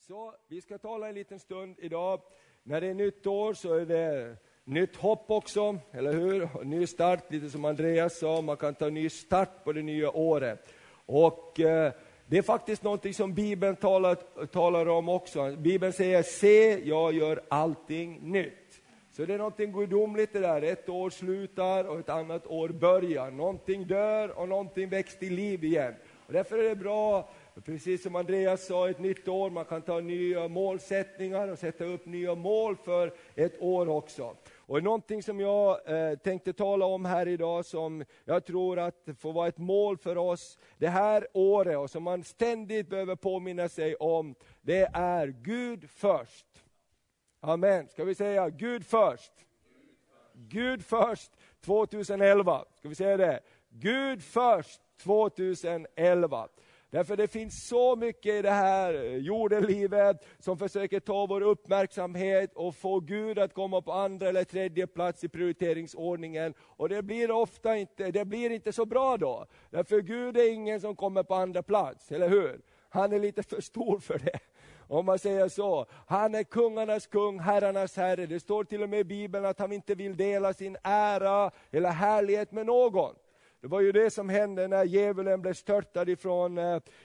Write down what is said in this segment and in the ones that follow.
Så vi ska tala en liten stund idag. När det är nytt år så är det nytt hopp också, eller hur? Och ny start, lite som Andreas sa, man kan ta ny start på det nya året. Och det är faktiskt någonting som Bibeln talar om också. Bibeln säger, se, jag gör allting nytt. Så det är någonting gudomligt det där. Ett år slutar och ett annat år börjar. Någonting dör och någonting väcks till liv igen. Och därför är det bra, precis som Andreas sa, ett nytt år. Man kan ta nya målsättningar och sätta upp nya mål för ett år också. Och någonting som jag tänkte tala om här idag, som jag tror att får vara ett mål för oss det här året, och som man ständigt behöver påminna sig om, det är Gud först. Amen. Ska vi säga Gud först? Gud först 2011. Ska vi säga det? Gud först 2011. Därför det finns så mycket i det här jordelivet som försöker ta vår uppmärksamhet och få Gud att komma på andra eller tredje plats i prioriteringsordningen. Och det blir inte så bra då. Därför Gud är ingen som kommer på andra plats, eller hur? Han är lite för stor för det. Om man säger så. Han är kungarnas kung, herrarnas herre. Det står till och med i Bibeln att han inte vill dela sin ära eller härlighet med någon. Det var ju det som hände när djävulen blev störtad ifrån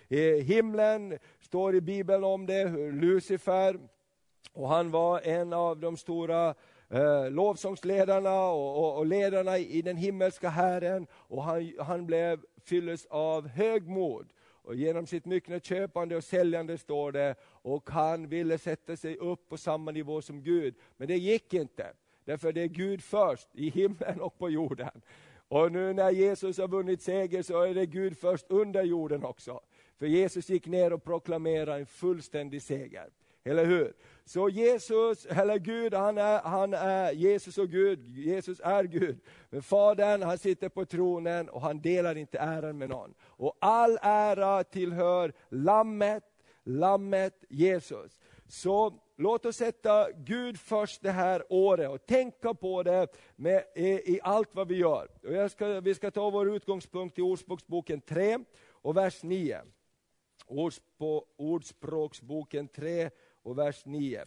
himlen. Står i Bibeln om det, Lucifer. Och han var en av de stora lovsångsledarna och ledarna i den himmelska herren. Och han blev fylld av högmod. Och genom sitt mycket köpande och säljande står det. Och han ville sätta sig upp på samma nivå som Gud. Men det gick inte. Därför det är Gud först i himlen och på jorden. Och nu när Jesus har vunnit seger så är det Gud först under jorden också. För Jesus gick ner och proklamerade en fullständig seger. Eller hur? Så Jesus, eller Gud, han är Jesus och Gud. Jesus är Gud. Men Fadern, han sitter på tronen och han delar inte äran med någon. Och all ära tillhör lammet Jesus. Så låt oss sätta Gud först det här året och tänka på det i allt vad vi gör. Och vi ska ta vår utgångspunkt i Ordspråksboken 3 och vers 9. Ordspråksboken 3 och vers 9.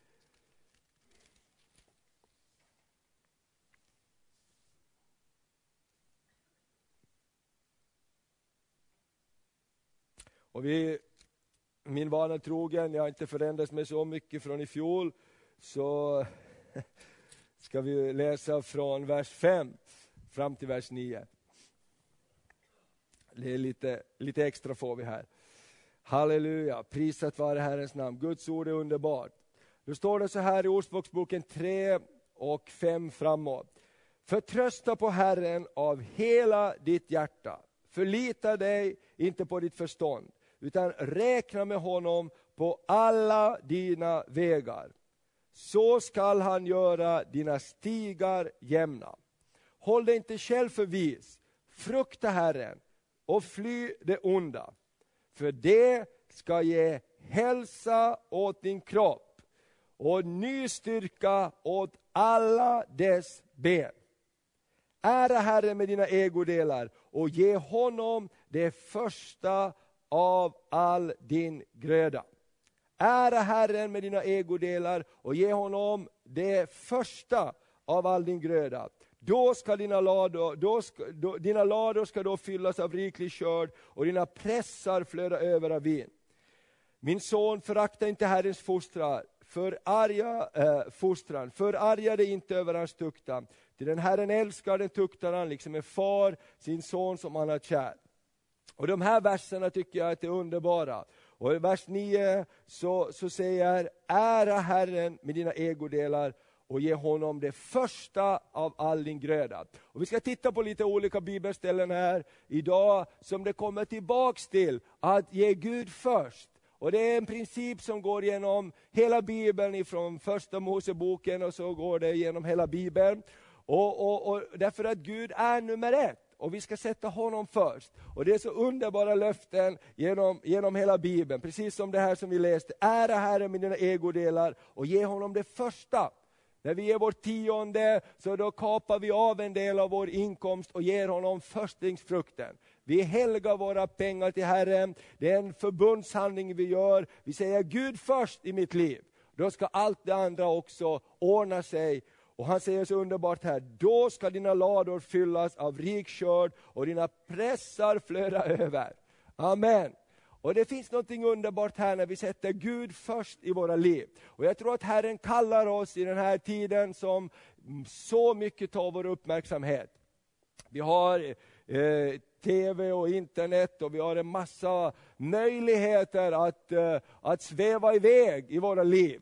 Och min vana trogen, jag har inte förändrats med så mycket från i fjol, så ska vi läsa från vers 5 fram till vers 9. Det är lite extra får vi här. Halleluja, prisat vare Herrens namn. Guds ord är underbart. Då står det så här i Ordspråksboken 3 och 5 framåt. Förtrösta på Herren av hela ditt hjärta. Förlita dig inte på ditt förstånd, utan räkna med honom på alla dina vägar. Så skall han göra dina stigar jämna. Håll dig inte själv för vis. Frukta Herren och fly det onda. För det ska ge hälsa åt din kropp och ny styrka åt alla dess ben. Ära Herren med dina ägodelar och ge honom det första av all din gröda. Ära Herren med dina ägodelar och ge honom det första av all din gröda. Då ska dina lador ska då fyllas av riklig skörd och dina pressar flöda över av vin. Min son, förakta inte Herrens fostran, förarga dig inte över hans tuktan. Till den Herren älskar den tuktar han, liksom en far sin son som han har kär. Och de här verserna tycker jag att är underbara. Och i vers 9 så säger, ära Herren med dina ägodelar och ge honom det första av all din gröda. Och vi ska titta på lite olika bibelställen här idag som det kommer tillbaks till att ge Gud först. Och det är en princip som går genom hela Bibeln, ifrån första Moseboken och så går det genom hela Bibeln. Och därför att Gud är nummer 1. Och vi ska sätta honom först. Och det är så underbara löften genom hela Bibeln. Precis som det här som vi läste. Ära Herren med dina ägodelar och ge honom det första. När vi ger vår 10:e så då kapar vi av en del av vår inkomst och ger honom förstlingsfrukten. Vi helgar våra pengar till Herren. Det är en förbundshandling vi gör. Vi säger Gud först i mitt liv. Då ska allt det andra också ordna sig. Och han säger så underbart här, då ska dina lador fyllas av rik skörd och dina pressar flöda över. Amen. Och det finns något underbart här när vi sätter Gud först i våra liv. Och jag tror att Herren kallar oss i den här tiden som så mycket tar vår uppmärksamhet. Vi har tv och internet och vi har en massa möjligheter att sväva iväg i våra liv.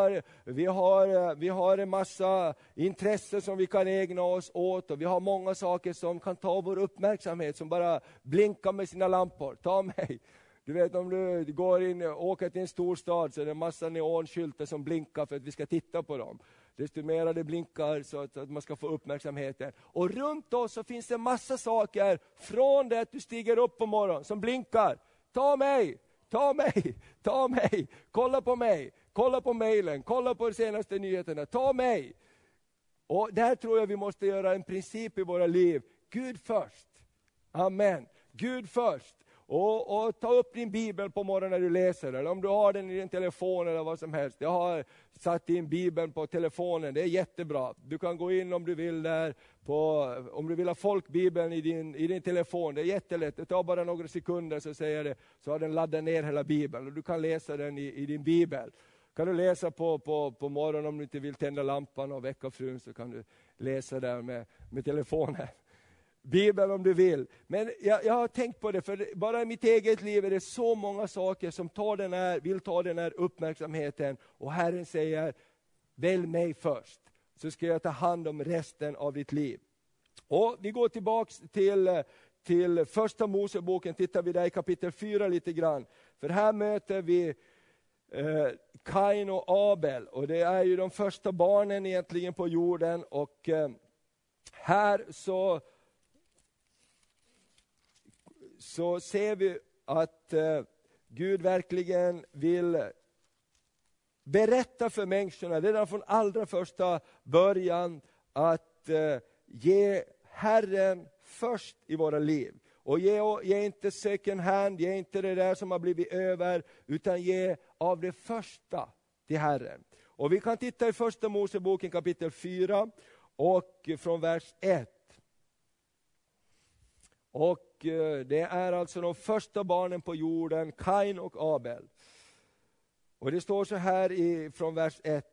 Vi har en massa intresse som vi kan ägna oss åt och vi har många saker som kan ta vår uppmärksamhet, som bara blinkar med sina lampor. Ta mig. Du vet, om du går in och åker till en stor stad så är det en massa neonskyltar som blinkar för att vi ska titta på dem. Desto mer det blinkar så att man ska få uppmärksamheten. Och runt oss så finns det en massa saker från det att du stiger upp på morgonen som blinkar. Ta mig, ta mig, ta mig, kolla på mig, kolla på mejlen, kolla på de senaste nyheterna, ta mig. Och där tror jag vi måste göra en princip i våra liv. Gud först. Amen. Gud först. Och ta upp din bibel på morgonen när du läser, eller om du har den i din telefon eller vad som helst. Jag har satt in bibeln på telefonen, det är jättebra. Du kan gå in om du vill där, om du vill ha folkbibeln i din telefon, det är jättelätt. Det tar bara några sekunder så har den laddat ner hela bibeln och du kan läsa den i din bibel. Kan du läsa på morgonen om du inte vill tända lampan och väcka frun, så kan du läsa där med telefonen. Bibeln om du vill. Men jag har tänkt på det, för bara i mitt eget liv är det så många saker som vill ta den här uppmärksamheten. Och Herren säger, välj mig först, så ska jag ta hand om resten av ditt liv. Och vi går tillbaks till första Moseboken, tittar vi där i kapitel 4 lite grann. För här möter vi Kain och Abel, och det är ju de första barnen egentligen på jorden. Och här så ser vi att Gud verkligen vill berätta för människorna redan från allra första början att ge Herren först i våra liv. Och ge inte second hand, ge inte det där som har blivit över, utan ge av det första till Herren. Och vi kan titta i första Moseboken kapitel 4 och från vers 1. Och det är alltså de första barnen på jorden, Kain och Abel. Och det står så här från vers 1.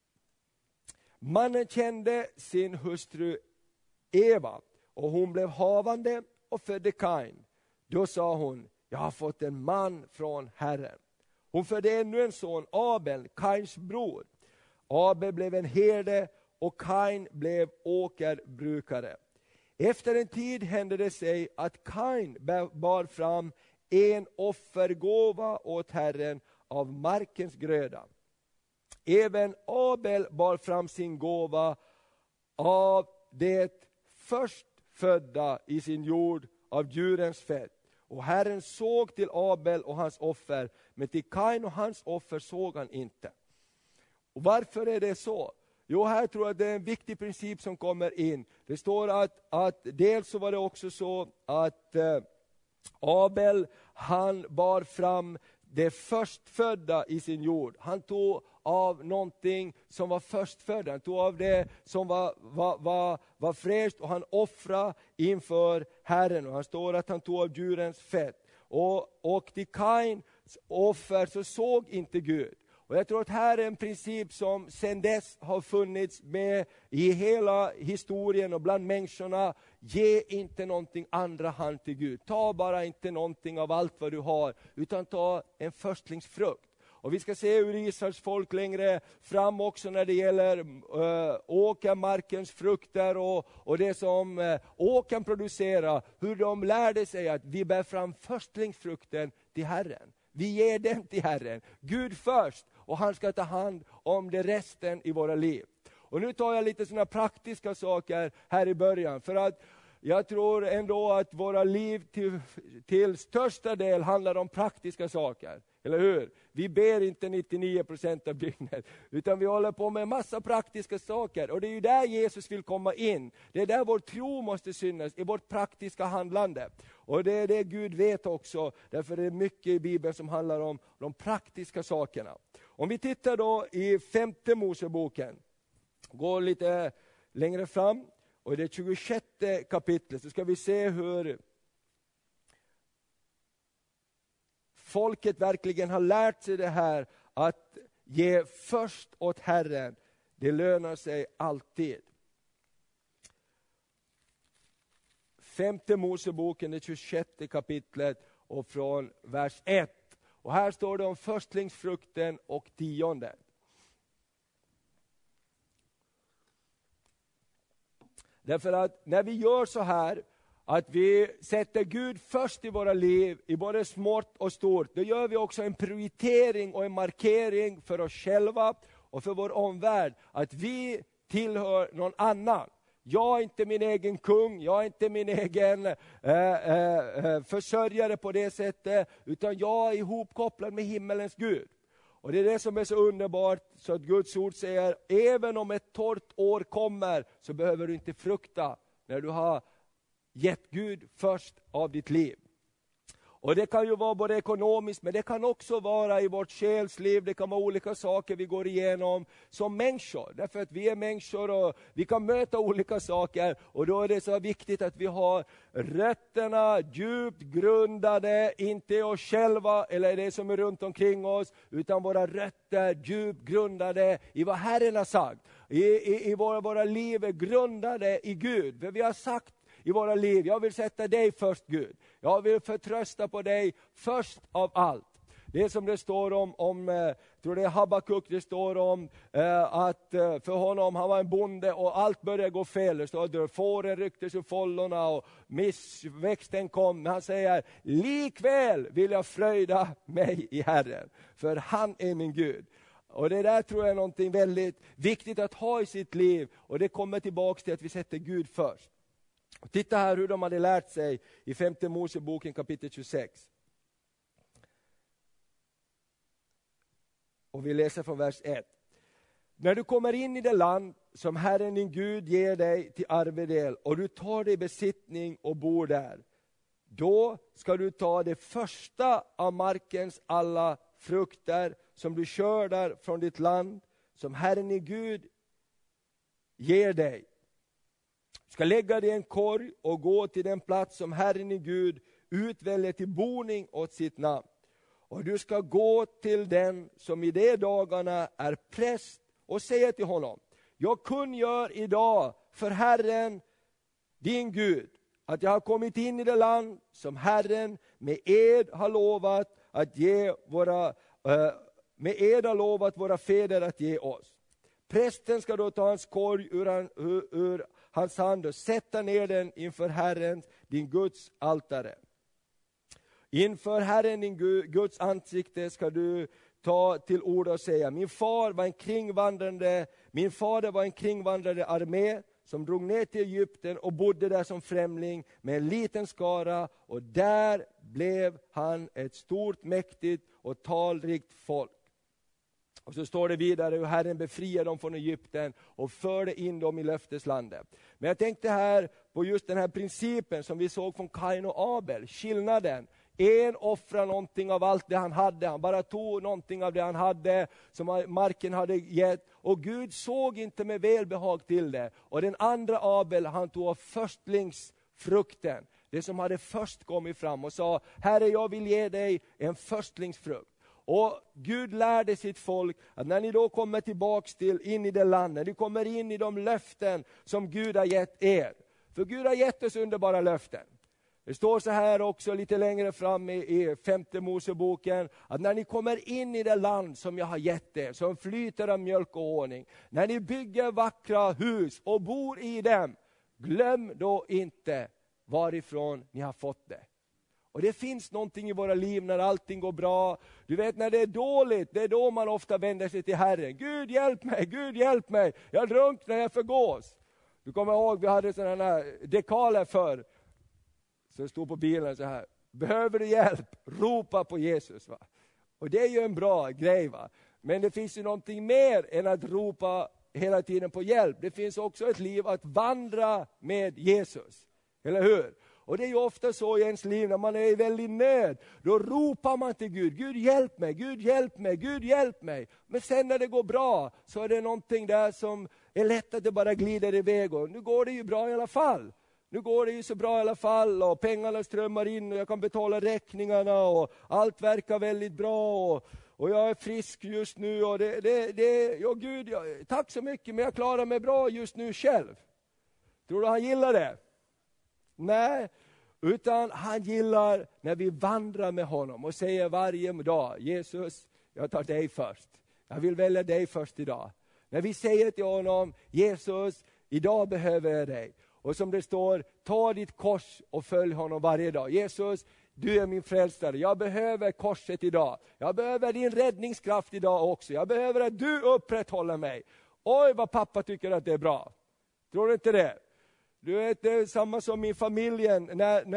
Mannen kände sin hustru Eva, och hon blev havande och födde Kain. Då sa hon, jag har fått en man från Herren. Hon födde ännu en son, Abel, Kains bror. Abel blev en herde och Kain blev åkerbrukare. Efter en tid hände det sig att Kain bar fram en offergåva åt Herren av markens gröda. Även Abel bar fram sin gåva av det förstfödda i sin jord av djurens fett. Och Herren såg till Abel och hans offer, men till Kain och hans offer såg han inte. Och varför är det så? Jo, här tror jag att det är en viktig princip som kommer in. Det står att dels så var det också så att Abel, han bar fram det förstfödda i sin jord. Han tog av någonting som var förstfödda. Han tog av det som var fräscht och han offrade inför Herren. Och han står att han tog av djurens fett. Och till Kains offer så såg inte Gud. Och jag tror att här är en princip som sedan dess har funnits med i hela historien och bland människorna. Ge inte någonting andra hand till Gud. Ta bara inte någonting av allt vad du har, utan ta en förstlingsfrukt. Och vi ska se hur Israels folk längre fram också när det gäller åkermarkens frukter och det som åkern producerar. Hur de lärde sig att vi bär fram förstlingsfrukten till Herren. Vi ger den till Herren. Gud först. Och han ska ta hand om det resten i våra liv. Och nu tar jag lite sådana praktiska saker här i början. För att jag tror ändå att våra liv till största del handlar om praktiska saker. Eller hur? Vi ber inte 99% av dygnet, utan vi håller på med en massa praktiska saker. Och det är ju där Jesus vill komma in. Det är där vår tro måste synas, i vårt praktiska handlande. Och det är det Gud vet också, därför är det mycket i Bibeln som handlar om de praktiska sakerna. Om vi tittar då i 5:e Moseboken, går lite längre fram, och i det 26:e kapitlet så ska vi se hur folket verkligen har lärt sig det här att ge först åt Herren. Det lönar sig alltid. 5:e Moseboken, det 26:e kapitlet och från vers 1. Och här står det om förstlingsfrukten och tionde. Därför att när vi gör så här, att vi sätter Gud först i våra liv, i både smått och stort, då gör vi också en prioritering och en markering för oss själva och för vår omvärld, att vi tillhör någon annan. Jag är inte min egen kung, jag är inte min egen försörjare på det sättet, utan jag är ihopkopplad med himmelens Gud. Och det är det som är så underbart, så att Guds ord säger, även om ett torrt år kommer så behöver du inte frukta när du har gett Gud först av ditt liv. Och det kan ju vara både ekonomiskt, men det kan också vara i vårt själsliv. Det kan vara olika saker vi går igenom som människor. Därför att vi är människor och vi kan möta olika saker. Och då är det så viktigt att vi har rötterna djupt grundade, inte i oss själva eller det som är runt omkring oss, utan våra rötter djupt grundade i vad Herren har sagt. I våra liv är grundade i Gud. För vi har sagt i våra liv, jag vill sätta dig först Gud. Jag vill förtrösta på dig först av allt. Det är som det står om tror det är Habakuk, det står om att för honom, han var en bonde och allt började gå fel. Det står att fåren rycktes ur follorna och missväxten kom. Men han säger, likväl vill jag fröjda mig i Herren, för han är min Gud. Och det där tror jag är någonting väldigt viktigt att ha i sitt liv, och det kommer tillbaka till att vi sätter Gud först. Och titta här hur de hade lärt sig i 5:e Moseboken kapitel 26. Och vi läser från vers 1. När du kommer in i det land som Herren din Gud ger dig till arvedel, och du tar dig besittning och bor där, då ska du ta det första av markens alla frukter som du skördar från ditt land, som Herren din Gud ger dig. Du ska lägga det i en korg och gå till den plats som Herren din Gud utväljer till boning åt sitt namn. Och du ska gå till den som i de dagarna är präst och säga till honom, jag kungör idag för Herren din Gud att jag har kommit in i det land som Herren med ed har lovat våra fäder att ge oss. Prästen ska då ta hans korg ur hans hand och sätta ner den inför Herren, din Guds altare. Inför Herren, din Guds ansikte, ska du ta till ord och säga, min fader var en kringvandrande armé som drog ner till Egypten och bodde där som främling med en liten skara, och där blev han ett stort, mäktigt och talrikt folk. Och så står det vidare hur Herren befriade dem från Egypten och förde in dem i löfteslandet. Men jag tänkte här på just den här principen som vi såg från Kain och Abel. Skillnaden. En offrar någonting av allt det han hade. Han bara tog någonting av det han hade som marken hade gett. Och Gud såg inte med välbehag till det. Och den andra Abel, han tog av förstlingsfrukten. Det som hade först kommit fram och sa, Herre, jag vill ge dig en förstlingsfrukt. Och Gud lärde sitt folk att när ni då kommer tillbaks in i det landet, ni kommer in i de löften som Gud har gett er. För Gud har gett oss underbara löften. Det står så här också lite längre fram i 5:e Moseboken, att när ni kommer in i det land som jag har gett er, som flyter av mjölk och honung, när ni bygger vackra hus och bor i dem, glöm då inte varifrån ni har fått det. Och det finns någonting i våra liv när allting går bra. Du vet, när det är dåligt, det är då man ofta vänder sig till Herren. Gud hjälp mig, jag drunknar, jag förgås. Du kommer ihåg, vi hade sådana här dekaler förr. Så det stod på bilen så här, behöver du hjälp, ropa på Jesus. Va? Och det är ju en bra grej, va. Men det finns ju någonting mer än att ropa hela tiden på hjälp. Det finns också ett liv att vandra med Jesus. Eller hur? Och det är ju ofta så i ens liv när man är i väldigt nöd. Då ropar man till Gud. Gud hjälp mig, Gud hjälp mig, Gud hjälp mig. Men sen när det går bra så är det någonting där som är lätt att det bara glider iväg. Och nu går det ju bra i alla fall. Nu går det ju så bra i alla fall och pengarna strömmar in och jag kan betala räkningarna och allt verkar väldigt bra och jag är frisk just nu och Gud, tack så mycket, men jag klarar mig bra just nu själv. Tror du han gillar det? Nej, utan han gillar när vi vandrar med honom och säger varje dag: Jesus, jag tar dig först. Jag vill välja dig först idag. När vi säger till honom: Jesus, idag behöver jag dig. Och som det står, ta ditt kors och följ honom varje dag. Jesus, du är min frälsare. Jag behöver korset idag. Jag behöver din räddningskraft idag också. Jag behöver att du upprätthåller mig. Oj, vad pappa tycker att det är bra. Tror du inte det? Du vet, det är samma som i familjen.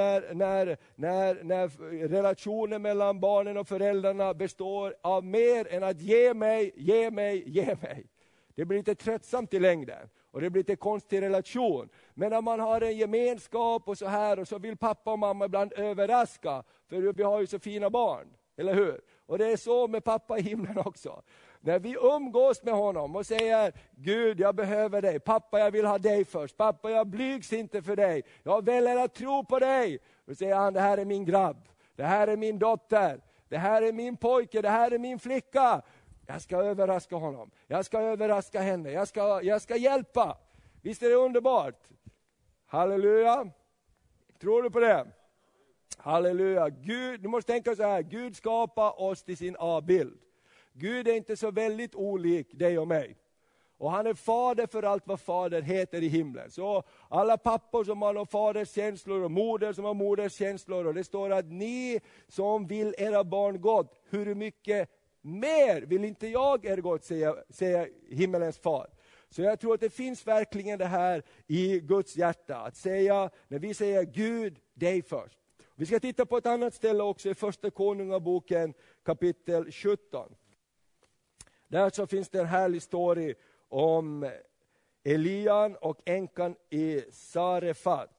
När relationen mellan barnen och föräldrarna består av mer än att ge mig, ge mig, ge mig. Det blir lite tröttsamt i längden. Och det blir lite konstig relation. Men när man har en gemenskap och så här. Och så vill pappa och mamma ibland överraska. För vi har ju så fina barn. Eller hur? Och det är så med pappa i himlen också. När vi umgås med honom och säger: Gud, jag behöver dig. Pappa, jag vill ha dig först. Pappa, jag blygs inte för dig. Jag väljer att tro på dig. Och säger han: det här är min grabb. Det här är min dotter. Det här är min pojke. Det här är min flicka. Jag ska överraska honom. Jag ska överraska henne. Jag ska hjälpa. Visst är det underbart? Halleluja. Tror du på det? Halleluja. Gud, du måste tänka så här. Gud skapar oss till sin avbild. Gud är inte så väldigt olik dig och mig. Och han är fader för allt vad fader heter i himlen. Så alla pappor som har faders känslor och moder som har moders känslor. Och det står att ni som vill era barn gott, hur mycket mer vill inte jag er gott, säga himmelens far. Så jag tror att det finns verkligen det här i Guds hjärta. Att säga, när vi säger Gud, dig först. Vi ska titta på ett annat ställe också i första konungaboken kapitel 17. Där så finns det en härlig story om Elian och änkan i Sarefat.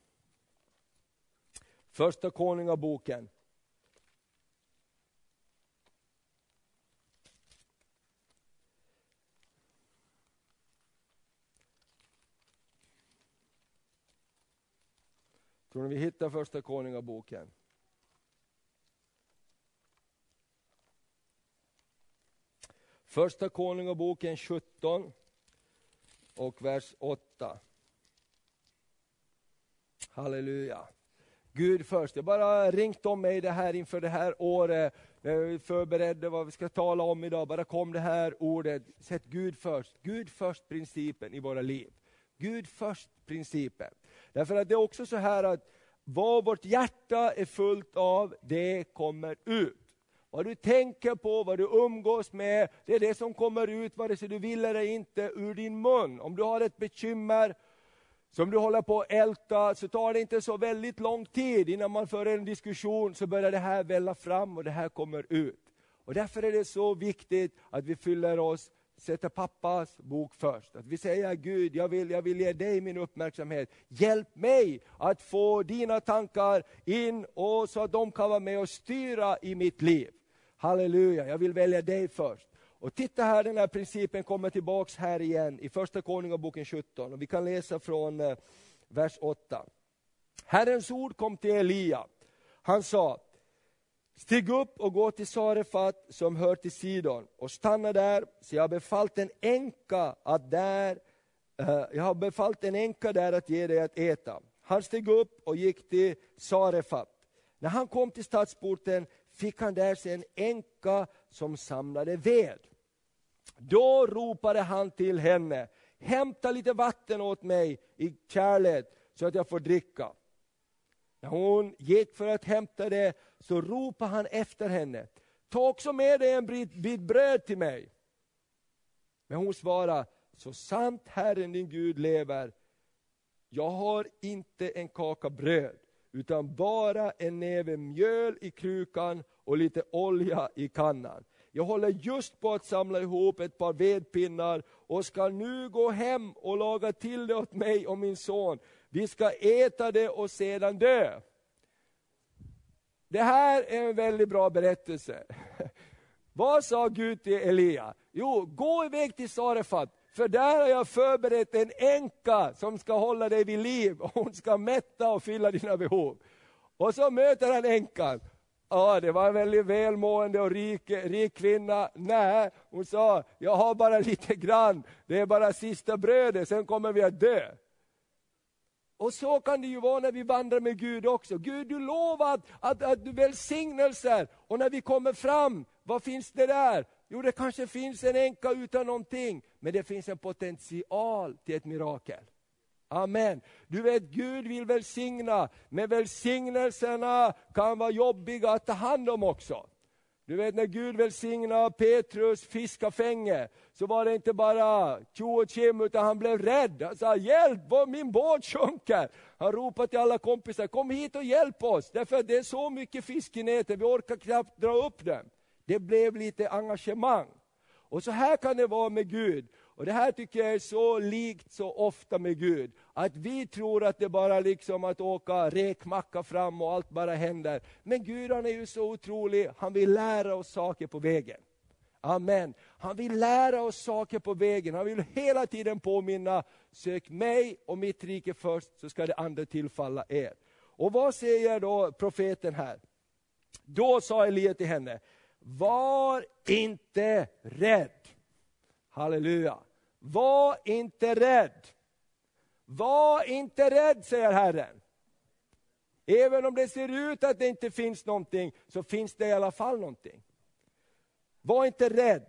Första konungaboken. Tror ni vi hittar första konungaboken? Första konungaboken 17 och vers 8. Halleluja. Gud först. Jag bara ringt om mig det här inför det här året. När vi förberedde vad vi ska tala om idag. Bara kom det här ordet. Sätt Gud först. Gud först principen i våra liv. Gud först principen. Därför att det är också så här att vad vårt hjärta är fullt av, det kommer ut. Vad du tänker på, vad du umgås med, det är det som kommer ut, vare sig du vill eller inte, ur din mun. Om du har ett bekymmer som du håller på att älta, så tar det inte så väldigt lång tid innan man för en diskussion, så börjar det här välla fram och det här kommer ut. Och därför är det så viktigt att vi fyller oss, sätter pappas bok först. Att vi säger: Gud, jag vill ge dig min uppmärksamhet. Hjälp mig att få dina tankar in och så att de kan vara med och styra i mitt liv. Halleluja, jag vill välja dig först. Och titta här, den här principen kommer tillbaks här igen i första konungaboken 17. Och vi kan läsa från vers 8. Herrens ord kom till Elia. Han sa: stig upp och gå till Sarefat som hör till Sidon och stanna där, så jag har befallt en änka där att ge dig att äta. Han steg upp och gick till Sarefat. När han kom till stadsporten fick han där se en änka som samlade ved. Då ropade han till henne: hämta lite vatten åt mig i kärlet så att jag får dricka. När hon gick för att hämta det, så ropade han efter henne: ta också med dig en bit bröd till mig. Men hon svarade: så sant Herren din Gud lever, jag har inte en kaka bröd, utan bara en näve mjöl i krukan och lite olja i kannan. Jag håller just på att samla ihop ett par vedpinnar och ska nu gå hem och laga till det åt mig och min son. Vi ska äta det och sedan dö. Det här är en väldigt bra berättelse. Vad sa Gud till Elia? Jo, gå iväg till Sarefat. För där har jag förberett en änka som ska hålla dig vid liv. Och hon ska mätta och fylla dina behov. Och så möter han änkan. Ja, det var en väldigt välmående och rik kvinna. Nej, hon sa, jag har bara lite grann. Det är bara sista brödet, sen kommer vi att dö. Och så kan det ju vara när vi vandrar med Gud också. Gud, du lovar att du välsignelser. Och när vi kommer fram, vad finns det där? Jo, det kanske finns en änka utan någonting. Men det finns en potential till ett mirakel. Amen. Du vet, Gud vill välsigna. Men välsignelserna kan vara jobbiga att ta hand om också. Du vet, när Gud välsignade Petrus fiskafänge, så var det inte bara tjo och tjim, utan han blev rädd. Han sa, hjälp, min båt sjunker. Han ropade till alla kompisar, kom hit och hjälp oss. Därför att det är så mycket fisk i nätet, vi orkar knappt dra upp den. Det blev lite engagemang. Och så här kan det vara med Gud. Och det här tycker jag är så likt så ofta med Gud. Att vi tror att det bara liksom att åka räkmacka fram och allt bara händer. Men Gud, han är ju så otrolig. Han vill lära oss saker på vägen. Amen. Han vill lära oss saker på vägen. Han vill hela tiden påminna, sök mig och mitt rike först, så ska det andra tillfalla er. Och vad säger då profeten här? Då sa Elia till henne, var inte rädd. Halleluja. Var inte rädd. Var inte rädd, säger Herren. Även om det ser ut att det inte finns någonting, så finns det i alla fall någonting. Var inte rädd.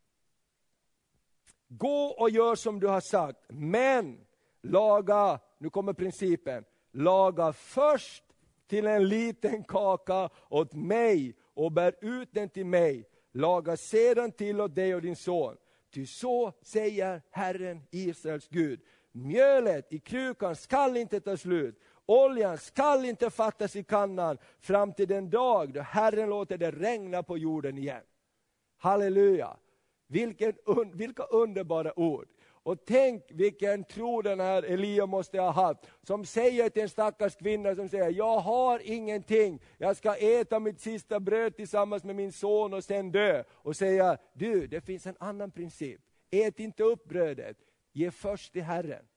Gå och gör som du har sagt. Men laga, nu kommer principen. Laga först till en liten kaka åt mig och bär ut den till mig. Laga sedan till åt dig och din son. Ty så säger Herren Israels Gud. Mjölet i krukan skall inte ta slut. Oljan skall inte fattas i kannan fram till den dag då Herren låter det regna på jorden igen. Halleluja. Vilka underbara ord. Och tänk vilken tro den här Elia måste ha haft. Som säger till en stackars kvinna som säger, jag har ingenting. Jag ska äta mitt sista bröd tillsammans med min son och sen dö. Och säga, du, det finns en annan princip. Ät inte upp brödet. Ge först till Herren.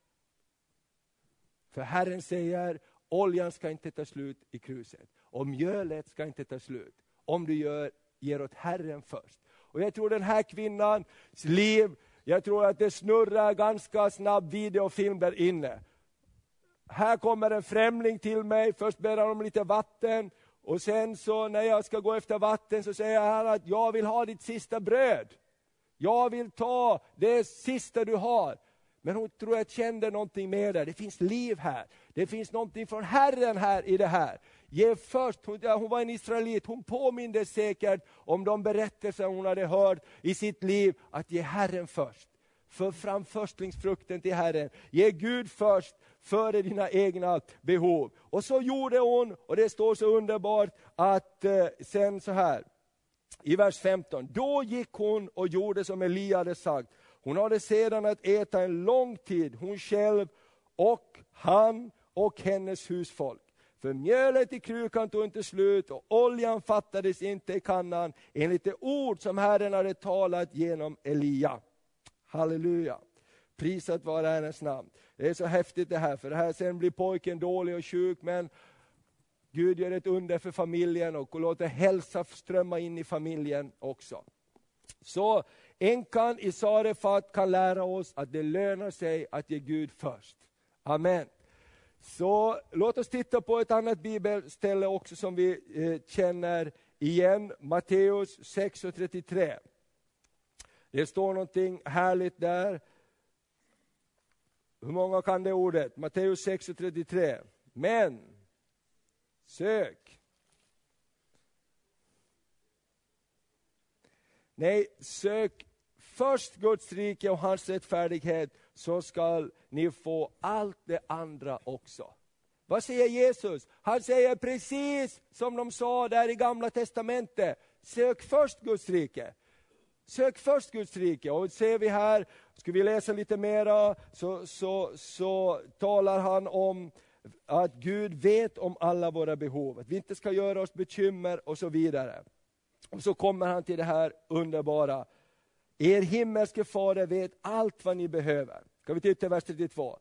För Herren säger, oljan ska inte ta slut i kruset. Och mjölet ska inte ta slut. Om du ger åt Herren först. Och jag tror den här kvinnans liv, jag tror att det snurrar ganska snabb videofilm där inne. Här kommer en främling till mig, först ber han om lite vatten. Och sen så när jag ska gå efter vatten så säger han att jag vill ha ditt sista bröd. Jag vill ta det sista du har. Men hon tror jag kände någonting med det. Det finns liv här. Det finns någonting från Herren här i det här. Ge först, hon var en israelit. Hon påminde säkert om de berättelser hon hade hört i sitt liv. Att ge Herren först. För fram förstlingsfrukten till Herren. Ge Gud först före dina egna behov. Och så gjorde hon, och det står så underbart att sen så här. I vers 15. Då gick hon och gjorde som Elia hade sagt. Hon hade sedan att äta en lång tid, hon själv och han och hennes husfolk. För mjölet i krukan tog inte slut och oljan fattades inte i kannan enligt det ord som Herren hade talat genom Elia. Halleluja. Prisat vare Herrens namn. Det är så häftigt det här, för det här sen blir pojken dålig och sjuk, men Gud gör ett under för familjen och låter hälsa strömma in i familjen också. Så änkan i Sarefat kan lära oss att det lönar sig att ge Gud först. Amen. Så låt oss titta på ett annat bibelställe också som vi känner igen. Matteus 6:33. Det står någonting härligt där. Hur många kan det ordet? Matteus 6:33. Men sök. Nej, sök först Guds rike och hans rättfärdighet, så ska ni få allt det andra också. Vad säger Jesus? Han säger precis som de sa där i Gamla testamentet. Sök först Guds rike. Sök först Guds rike. Och ser vi här, ska vi läsa lite mera, så talar han om att Gud vet om alla våra behov. Att vi inte ska göra oss bekymmer och så vidare. Och så kommer han till det här underbara. Er himmelske fader vet allt vad ni behöver. Ska vi titta i vers 32.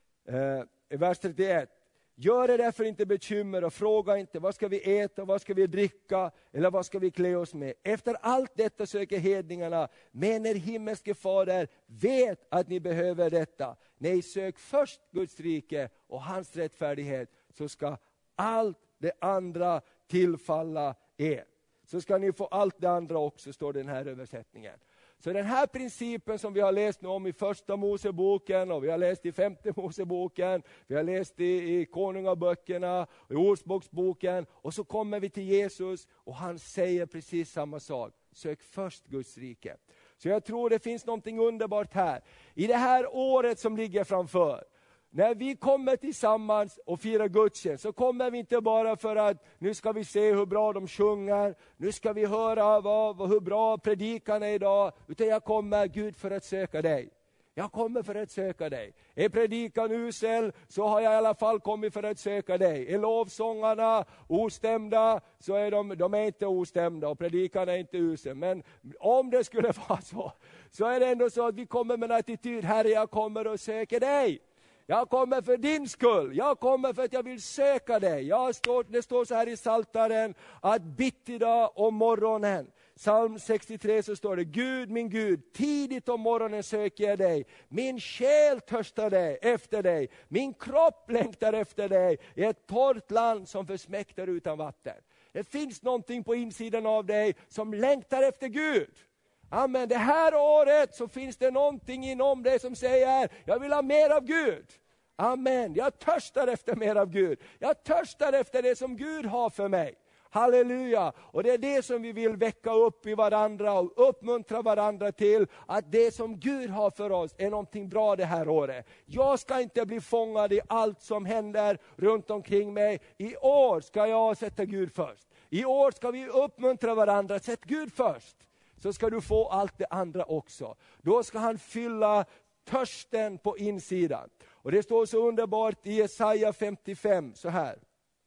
Vers 31. Gör er därför inte bekymmer och fråga inte vad ska vi äta, vad ska vi dricka eller vad ska vi klä oss med. Efter allt detta söker hedningarna, men er himmelske fader vet att ni behöver detta. Nej, sök först Guds rike och hans rättfärdighet, så ska allt det andra tillfalla er. Så ska ni få allt det andra också, står det i den här översättningen. Så den här principen som vi har läst nu om i första Moseboken, och vi har läst i femte Moseboken, vi har läst i konungaböckerna och i ordspråksboken, och så kommer vi till Jesus och han säger precis samma sak. Sök först Guds rike. Så jag tror det finns någonting underbart här. I det här året som ligger framför, när vi kommer tillsammans och firar gudstjänst, så kommer vi inte bara för att nu ska vi se hur bra de sjunger, nu ska vi höra hur bra predikan är idag, utan jag kommer, Gud, för att söka dig. Jag kommer för att söka dig. Är predikan usel, så har jag i alla fall kommit för att söka dig. Är lovsångarna ostämda, så är de är inte ostämda och predikan är inte usel. Men om det skulle vara så är det ändå så att vi kommer med en attityd, Herre, jag kommer och söker dig. Jag kommer för din skull. Jag kommer för att jag vill söka dig. Det står så här i Psaltaren, att bittida om morgonen. Psalm 63 så står det, Gud, min Gud, tidigt om morgonen söker jag dig. Min själ törstar dig efter dig. Min kropp längtar efter dig i ett torrt land som försmäktar utan vatten. Det finns någonting på insidan av dig som längtar efter Gud. Amen. Det här året så finns det någonting inom dig som säger, jag vill ha mer av Gud. Amen. Jag törstar efter mer av Gud. Jag törstar efter det som Gud har för mig. Halleluja. Och det är det som vi vill väcka upp i varandra och uppmuntra varandra till, att det som Gud har för oss är någonting bra det här året. Jag ska inte bli fångad i allt som händer runt omkring mig. I år ska jag sätta Gud först. I år ska vi uppmuntra varandra, sätt Gud först. Så ska du få allt det andra också. Då ska han fylla törsten på insidan. Och det står så underbart i Jesaja 55 så här.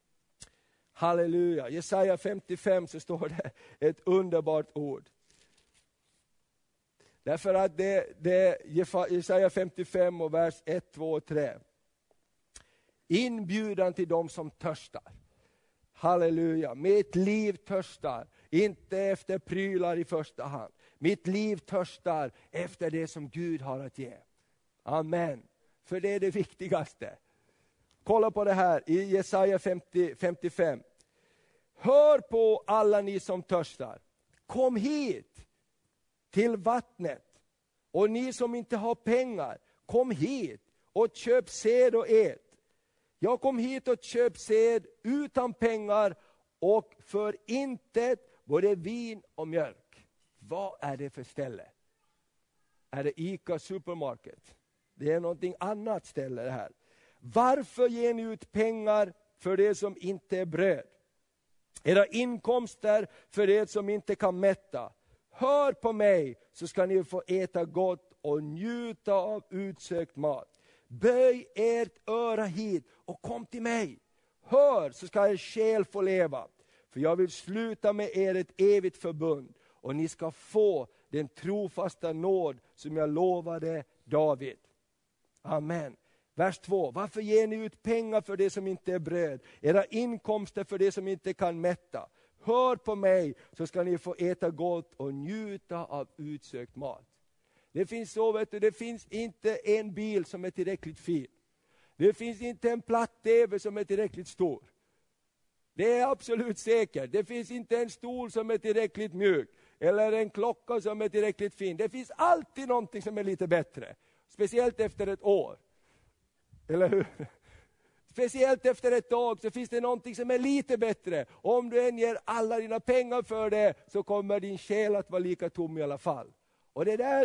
Halleluja. Jesaja 55 så står det ett underbart ord. Därför att det Jesaja 55 och vers 1, 2 och 3. Inbjudan till dem som törstar. Halleluja. Mitt liv törstar. Inte efter prylar i första hand. Mitt liv törstar efter det som Gud har att ge. Amen. För det är det viktigaste. Kolla på det här i Jesaja 55. Hör på alla ni som törstar. Kom hit till vattnet. Och ni som inte har pengar, kom hit och köp sed och ät. Jag kom hit och köp sed utan pengar och för intet både vin och mjölk. Vad är det för ställe? Är det Ica Supermarket? Det är någonting annat ställe det här. Varför ger ni ut pengar för det som inte är bröd? Era inkomster för det som inte kan mätta. Hör på mig så ska ni få äta gott och njuta av utsökt mat. Böj ert öra hit och kom till mig. Hör så ska er själ få leva. För jag vill sluta med er ett evigt förbund. Och ni ska få den trofasta nåd som jag lovade David. Amen. Vers 2. Varför ger ni ut pengar för det som inte är bröd? Era inkomster för det som inte kan mätta. Hör på mig så ska ni få äta gott och njuta av utsökt mat. Det finns så, vet du, det finns inte en bil som är tillräckligt fin. Det finns inte en platt-tv som är tillräckligt stor. Det är absolut säkert. Det finns inte en stol som är tillräckligt mjuk. Eller en klocka som är tillräckligt fin. Det finns alltid någonting som är lite bättre. Speciellt efter ett år. Eller hur? Speciellt efter ett tag så finns det någonting som är lite bättre. Om du än ger alla dina pengar för det så kommer din själ att vara lika tom i alla fall. Och det där,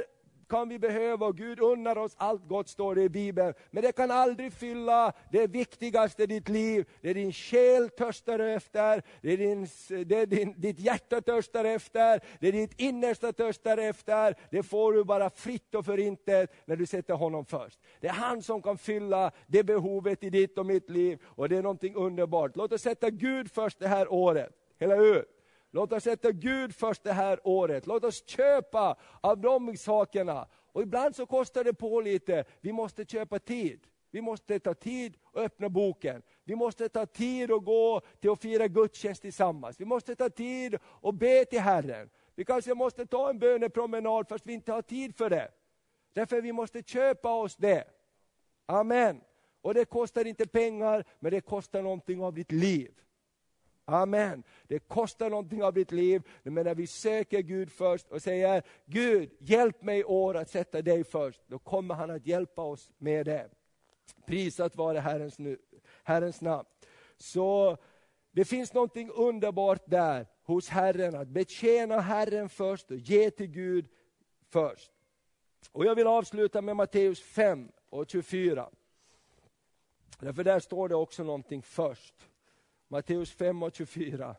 kan vi behöva, och Gud unnar oss allt gott, står det i Bibeln. Men det kan aldrig fylla det viktigaste i ditt liv. Det är din själ törstar efter, det är ditt hjärta törstar efter, det är ditt innersta törstar efter. Det får du bara fritt och förintet när du sätter honom först. Det är han som kan fylla det behovet i ditt och mitt liv, och det är någonting underbart. Låt oss sätta Gud först det här året, eller hur? Låt oss sätta Gud först det här året. Låt oss köpa av de sakerna. Och ibland så kostar det på lite. Vi måste köpa tid. Vi måste ta tid och öppna boken. Vi måste ta tid och gå till att fira gudstjänst tillsammans. Vi måste ta tid och be till Herren. Vi kanske måste ta en bönepromenad fast vi inte har tid för det. Därför vi måste köpa oss det. Amen. Och det kostar inte pengar, men det kostar någonting av ditt liv. Amen. Det kostar någonting av ditt liv. Men när vi söker Gud först och säger, Gud, hjälp mig i år att sätta dig först, då kommer han att hjälpa oss med det. Prisat vare Herrens namn. Så det finns någonting underbart där hos Herren, att betjäna Herren först och ge till Gud först. Och jag vill avsluta med Matteus 5 och 24. Därför där står det också någonting först. Matteus 5 och 24.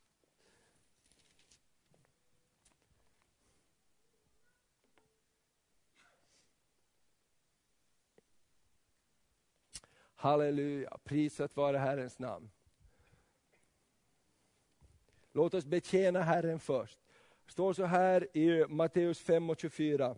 Halleluja, prisat vare Herrens namn. Låt oss betjäna Herren först. Det står så här i Matteus 5 och 24.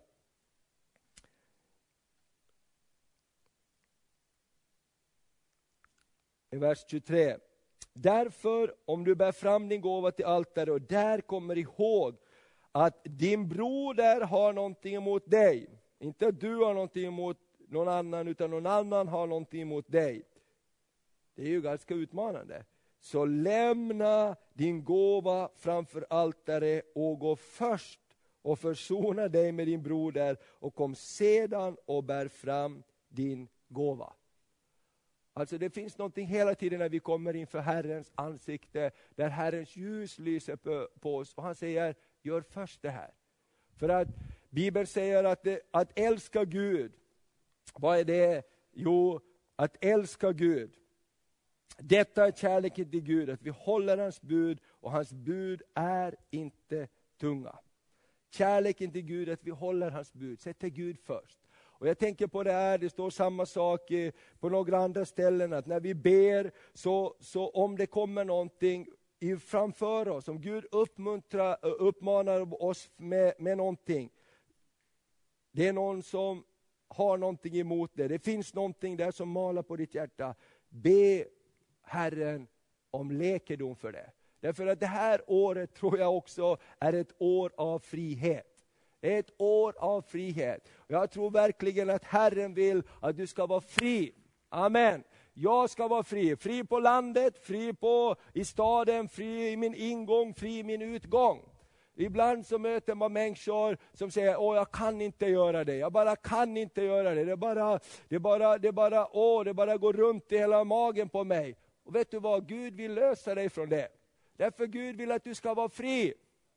I vers 23. Därför, om du bär fram din gåva till altaret och där kommer ihåg att din broder har någonting emot dig. Inte att du har någonting emot någon annan, utan någon annan har någonting emot dig. Det är ju ganska utmanande. Så lämna din gåva framför altaret och gå först och försona dig med din broder och kom sedan och bär fram din gåva. Alltså det finns någonting hela tiden när vi kommer inför Herrens ansikte, där Herrens ljus lyser på oss, och han säger, gör först det här. För att Bibeln säger att älska Gud, vad är det? Jo, att älska Gud. Detta är kärleken till Gud, att vi håller hans bud, och hans bud är inte tunga. Kärleken till Gud, att vi håller hans bud, sätter Gud först. Och jag tänker på det här, det står samma sak på några andra ställen, att när vi ber, så om det kommer någonting framför oss, om Gud uppmanar oss med någonting, det är någon som har någonting emot det, det finns någonting där som malar på ditt hjärta, be Herren om läkedom för det. Därför att det här året tror jag också är ett år av frihet. Ett år av frihet. Jag tror verkligen att Herren vill att du ska vara fri. Amen. Jag ska vara fri. Fri på landet, fri i staden, fri i min ingång, fri i min utgång. Ibland så möter man människor som säger, jag kan inte göra det. Jag bara kan inte göra det. Det bara går runt i hela magen på mig. Och vet du vad? Gud vill lösa dig från det. Därför Gud vill att du ska vara fri.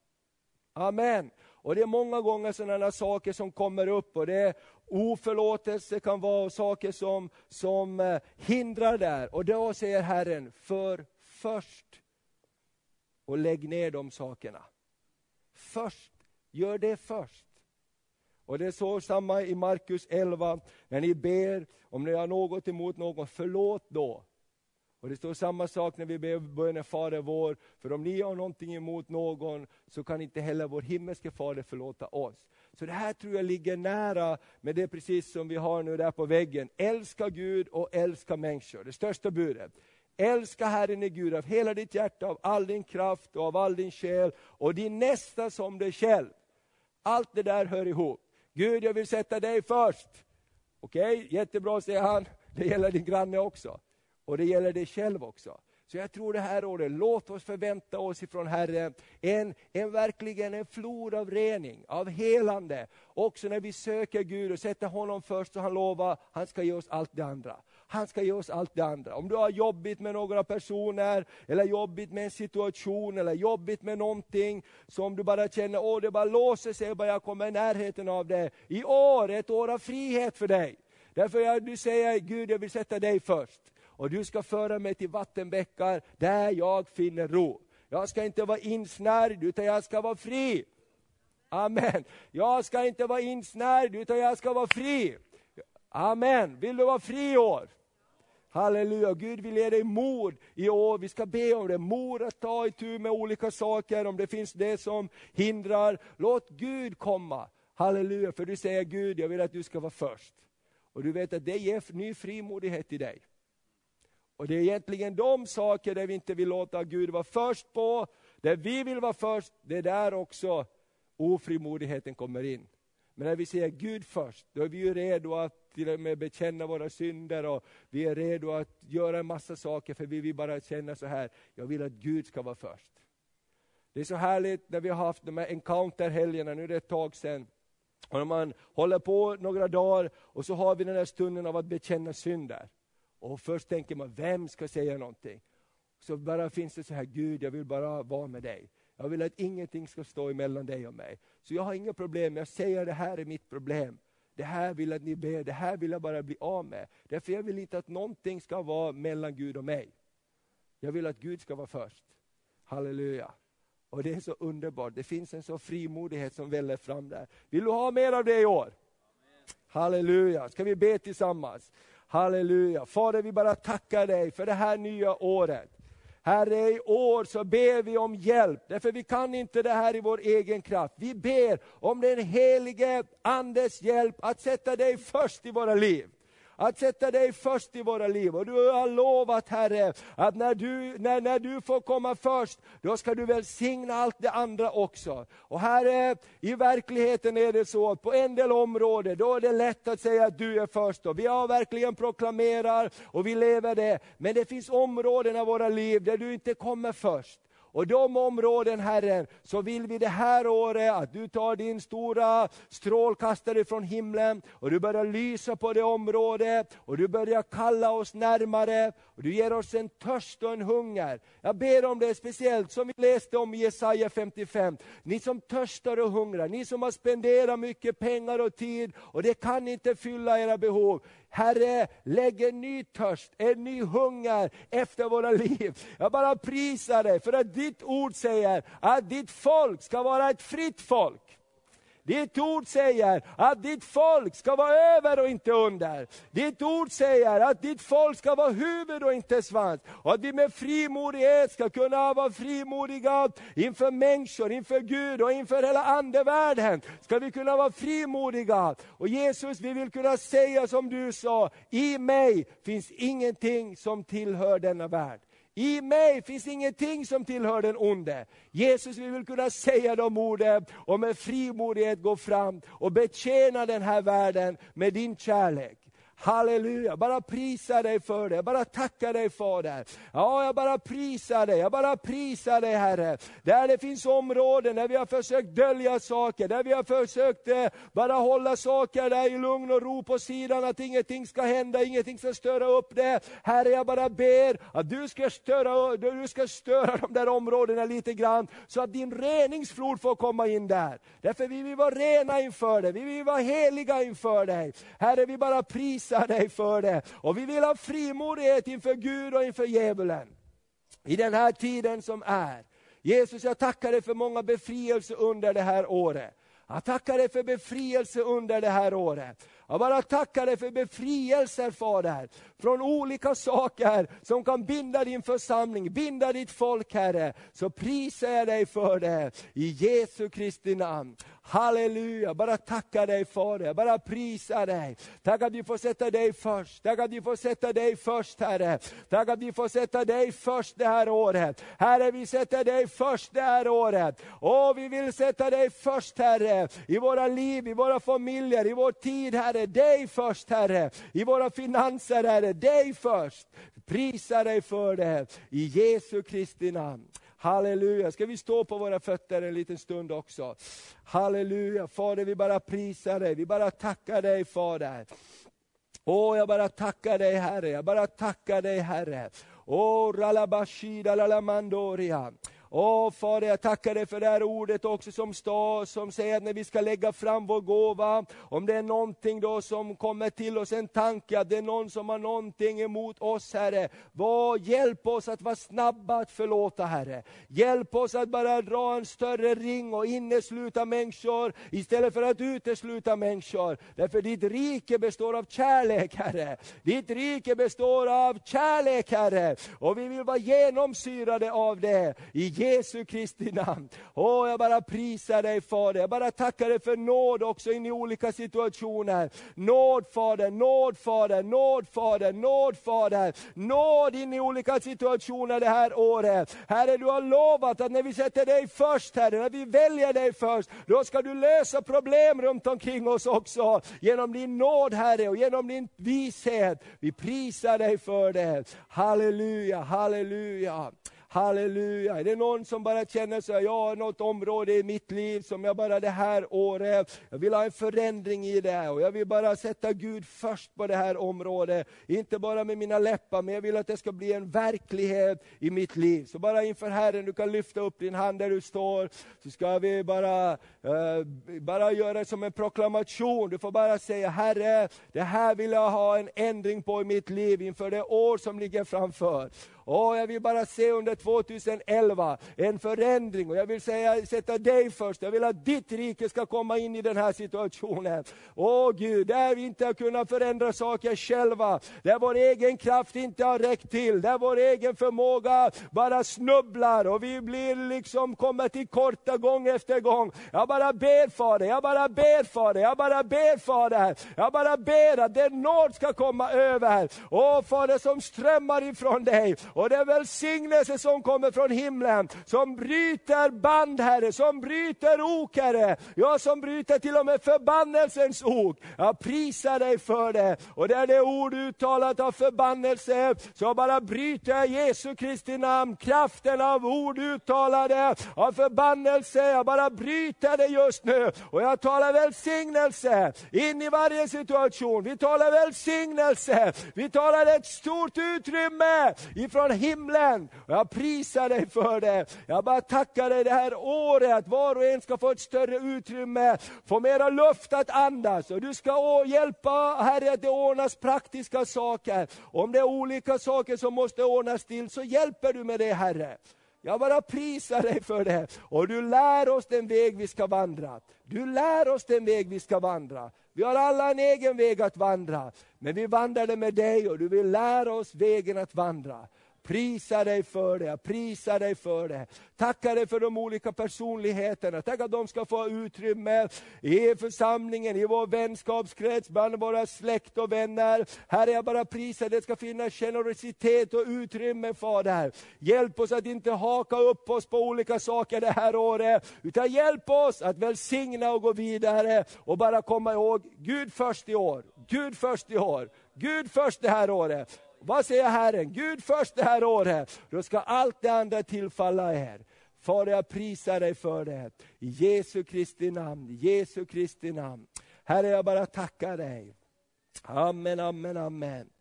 Amen. Och det är många gånger sådana saker som kommer upp, och det är oförlåtelse, kan vara saker som hindrar där. Och då säger Herren, för först och lägg ner de sakerna. Först, gör det först. Och det är så samma i Markus 11, när ni ber, om ni har något emot någon, förlåt då. Och det står samma sak när vi ber bönen Fader vår. För om ni har någonting emot någon, så kan inte heller vår himmelske Fader förlåta oss. Så det här tror jag ligger nära med det precis som vi har nu där på väggen. Älska Gud och älska människor. Det största budet. Älska Herren i Gud av hela ditt hjärta, av all din kraft och av all din själ. Och din nästa som dig själv. Allt det där hör ihop. Gud, jag vill sätta dig först. Okej, jättebra, säger han. Det gäller din granne också. Och det gäller dig själv också. Så jag tror det här året, låt oss förvänta oss ifrån Herren verkligen en flod av rening, av helande. Också när vi söker Gud och sätter honom först, så han lovar, han ska ge oss allt det andra. Han ska ge oss allt det andra. Om du har jobbigt med några personer, eller jobbigt med en situation, eller jobbigt med någonting som du bara känner, det bara låser sig, bara jag kommer i närheten av det. I år, ett år av frihet för dig. Därför du säger, Gud, jag vill sätta dig först. Och du ska föra mig till vattenbäckar där jag finner ro. Jag ska inte vara insnärd, utan jag ska vara fri. Amen. Jag ska inte vara insnärd, utan jag ska vara fri. Amen. Vill du vara fri i år? Halleluja. Gud vill ge dig mod i år. Vi ska be om det. Mod att ta itu med olika saker. Om det finns det som hindrar. Låt Gud komma. Halleluja. För du säger, Gud, jag vill att du ska vara först. Och du vet att det ger ny frimodighet i dig. Och det är egentligen de saker där vi inte vill låta Gud vara först på. Där vi vill vara först. Det är där också ofrimodigheten kommer in. Men när vi säger Gud först, då är vi ju redo att till och med bekänna våra synder. Och vi är redo att göra en massa saker, för vi vill bara känna så här. Jag vill att Gud ska vara först. Det är så härligt när vi har haft de här encounter-helgerna, nu är det ett tag sedan. Och när man håller på några dagar och så har vi den här stunden av att bekänna synder. Och först tänker man, vem ska säga någonting? Så bara finns det så här, Gud, jag vill bara vara med dig. Jag vill att ingenting ska stå emellan dig och mig. Så jag har inga problem, jag säger det här är mitt problem. Det här vill att ni ber, det här vill jag bara bli av med. Därför jag vill inte att någonting ska vara mellan Gud och mig. Jag vill att Gud ska vara först. Halleluja. Och det är så underbart, det finns en så frimodighet som väller fram där. Vill du ha mer av det i år? Amen. Halleluja, ska vi be tillsammans? Halleluja. Fader, vi bara tackar dig för det här nya året. Herre, i år så ber vi om hjälp. Därför vi kan inte det här i vår egen kraft. Vi ber om den helige Andes hjälp att sätta dig först i våra liv. Att sätta dig först i våra liv. Och du har lovat, Herre, att när du får komma först, då ska du välsigna allt det andra också. Och Herre, i verkligheten är det så att på en del områden, då är det lätt att säga att du är först. Och vi har verkligen proklamerar och vi lever det. Men det finns områden av våra liv där du inte kommer först. Och de områden, Herren, så vill vi det här året att du tar din stora strålkastare från himlen och du börjar lysa på det området och du börjar kalla oss närmare och du ger oss en törst och en hunger. Jag ber om det speciellt som vi läste om i Jesaja 55. Ni som törstar och hungrar, ni som har spenderat mycket pengar och tid och det kan inte fylla era behov. Herre, lägg en ny törst, en ny hunger efter våra liv. Jag bara prisar dig för att ditt ord säger att ditt folk ska vara ett fritt folk. Ditt ord säger att ditt folk ska vara över och inte under. Ditt ord säger att ditt folk ska vara huvud och inte svans. Och att vi med frimodighet ska kunna vara frimodiga inför människor, inför Gud och inför hela andevärlden. Ska vi kunna vara frimodiga. Och Jesus, vi vill kunna säga som du sa, i mig finns ingenting som tillhör denna värld. I mig finns ingenting som tillhör den onde. Jesus, vi vill kunna säga de orden och med frimodighet gå fram och betjäna den här världen med din kärlek. Halleluja, bara prisa dig för det, bara tacka dig Fader. Ja, jag bara prisar dig Herre. Där det finns områden där vi har försökt dölja saker, där vi har försökt bara hålla saker där i lugn och ro på sidan, att ingenting ska hända, ingenting ska störa upp det. Herre, jag bara ber att du ska störa de där områdena lite grann, så att din reningsflod får komma in där. Därför vi vill vara rena inför dig, vi vill vara heliga inför dig. Herre, vi bara prisar dig för det. Och vi vill ha frimodighet inför Gud och inför djävulen. I den här tiden som är. Jesus, jag tackar dig för många befrielser under det här året. Jag tackar dig för befrielse under det här året. Jag bara tackar dig för befrielser, Fader. Från olika saker som kan binda din församling, binda ditt folk, Herre. Så prisar jag dig för det. I Jesu Kristi namn. Halleluja, bara tacka dig Fader, bara prisa dig. Tack att vi får sätta dig först, tack att vi får sätta dig först Herre. Tack att vi får sätta dig först det här året. Herre, vi sätter dig först det här året. Och vi vill sätta dig först Herre, i våra liv, i våra familjer, i vår tid Herre. Dig först Herre, i våra finanser Herre, dig först. Prisa dig för det, i Jesu Kristi namn. Halleluja, ska vi stå på våra fötter en liten stund också. Halleluja, Fader, vi bara prisar dig, vi bara tackar dig Fader. Jag bara tackar dig, Herre. Jag bara tackar dig, Herre. Ralabashida lalamandoria. Fader, jag tackar dig för det här ordet också som säger att när vi ska lägga fram vår gåva, om det är någonting då som kommer till oss, en tanke att det är någon som har någonting emot oss, Herre. Hjälp oss att vara snabba att förlåta, Herre. Hjälp oss att bara dra en större ring och innesluta människor istället för att utesluta människor. Därför ditt rike består av kärlek, Herre. Ditt rike består av kärlek, Herre. Och vi vill vara genomsyrade av det. I Jesu Kristi namn. Jag bara prisar dig, Fader. Jag bara tackar dig för nåd också in i olika situationer. Nåd, Fader, nåd, Fader, nåd, Fader, nåd, Fader. Nåd in i olika situationer det här året. Herre, du har lovat att när vi sätter dig först, Herre, när vi väljer dig först, då ska du lösa problem runt omkring oss också. Genom din nåd, Herre, och genom din vishet. Vi prisar dig för det. Halleluja, halleluja. Halleluja. Är det någon som bara känner så här, jag har något område i mitt liv som jag bara det här året, jag vill ha en förändring i det, och jag vill bara sätta Gud först på det här området, inte bara med mina läppar, men jag vill att det ska bli en verklighet i mitt liv. Så bara inför Herren, du kan lyfta upp din hand där du står, så ska vi bara göra det som en proklamation. Du får bara säga, Herre, det här vill jag ha en ändring på i mitt liv inför det år som ligger framför. Jag vill bara se under 2011 en förändring, och jag vill sätta dig först. Jag vill att ditt rike ska komma in i den här situationen. Gud, där vi inte har kunnat förändra saker själva, där vår egen kraft inte har räckt till, där vår egen förmåga bara snubblar och vi blir kommer till korta gång efter gång. Jag bara ber, Fader, jag bara ber, Fader, jag bara ber, Fader, jag bara ber att den nåd ska komma över. Fader, som strömmar ifrån dig. Och det är välsignelse som kommer från himlen, som bryter band, Herre, som bryter ok, Herre. Ja, som bryter till och med förbannelsens ok. Jag prisar dig för det. Och där det ord uttalat av förbannelse, så bara bryter jag Jesu Kristi namn, kraften av ord uttalade av förbannelse. Jag bara bryter det just nu. Och jag talar välsignelse in i varje situation. Vi talar välsignelse. Vi talar ett stort utrymme ifrån himlen. Och jag prisar dig för det. Jag bara tackar dig det här året att var och en ska få ett större utrymme, få mera luft att andas. Och du ska hjälpa, Herre, att det ordnas praktiska saker. Om det är olika saker som måste ordnas till, så hjälper du med det, Herre. Jag bara prisar dig för det. Och du lär oss den väg vi ska vandra. Du lär oss den väg vi ska vandra. Vi har alla en egen väg att vandra. Men vi vandrar med dig, och du vill lära oss vägen att vandra. Prisa dig för det, prisa dig för det. Tackar dig för de olika personligheterna. Tack att de ska få utrymme i församlingen, i vår vänskapskrets, bland våra släkt och vänner. Herre, jag bara prisar, det ska finnas generositet och utrymme, Fader. Hjälp oss att inte haka upp oss på olika saker det här året, utan hjälp oss att välsigna och gå vidare och bara komma ihåg Gud först i år. Gud först i år. Gud först det här året. Vad säger Herren? Gud först det här året. Då ska allt det andra tillfalla er. Fader, jag prisar dig för det. I Jesu Kristi namn. I Jesu Kristi namn. Herre, jag bara tackar dig. Amen, amen, amen.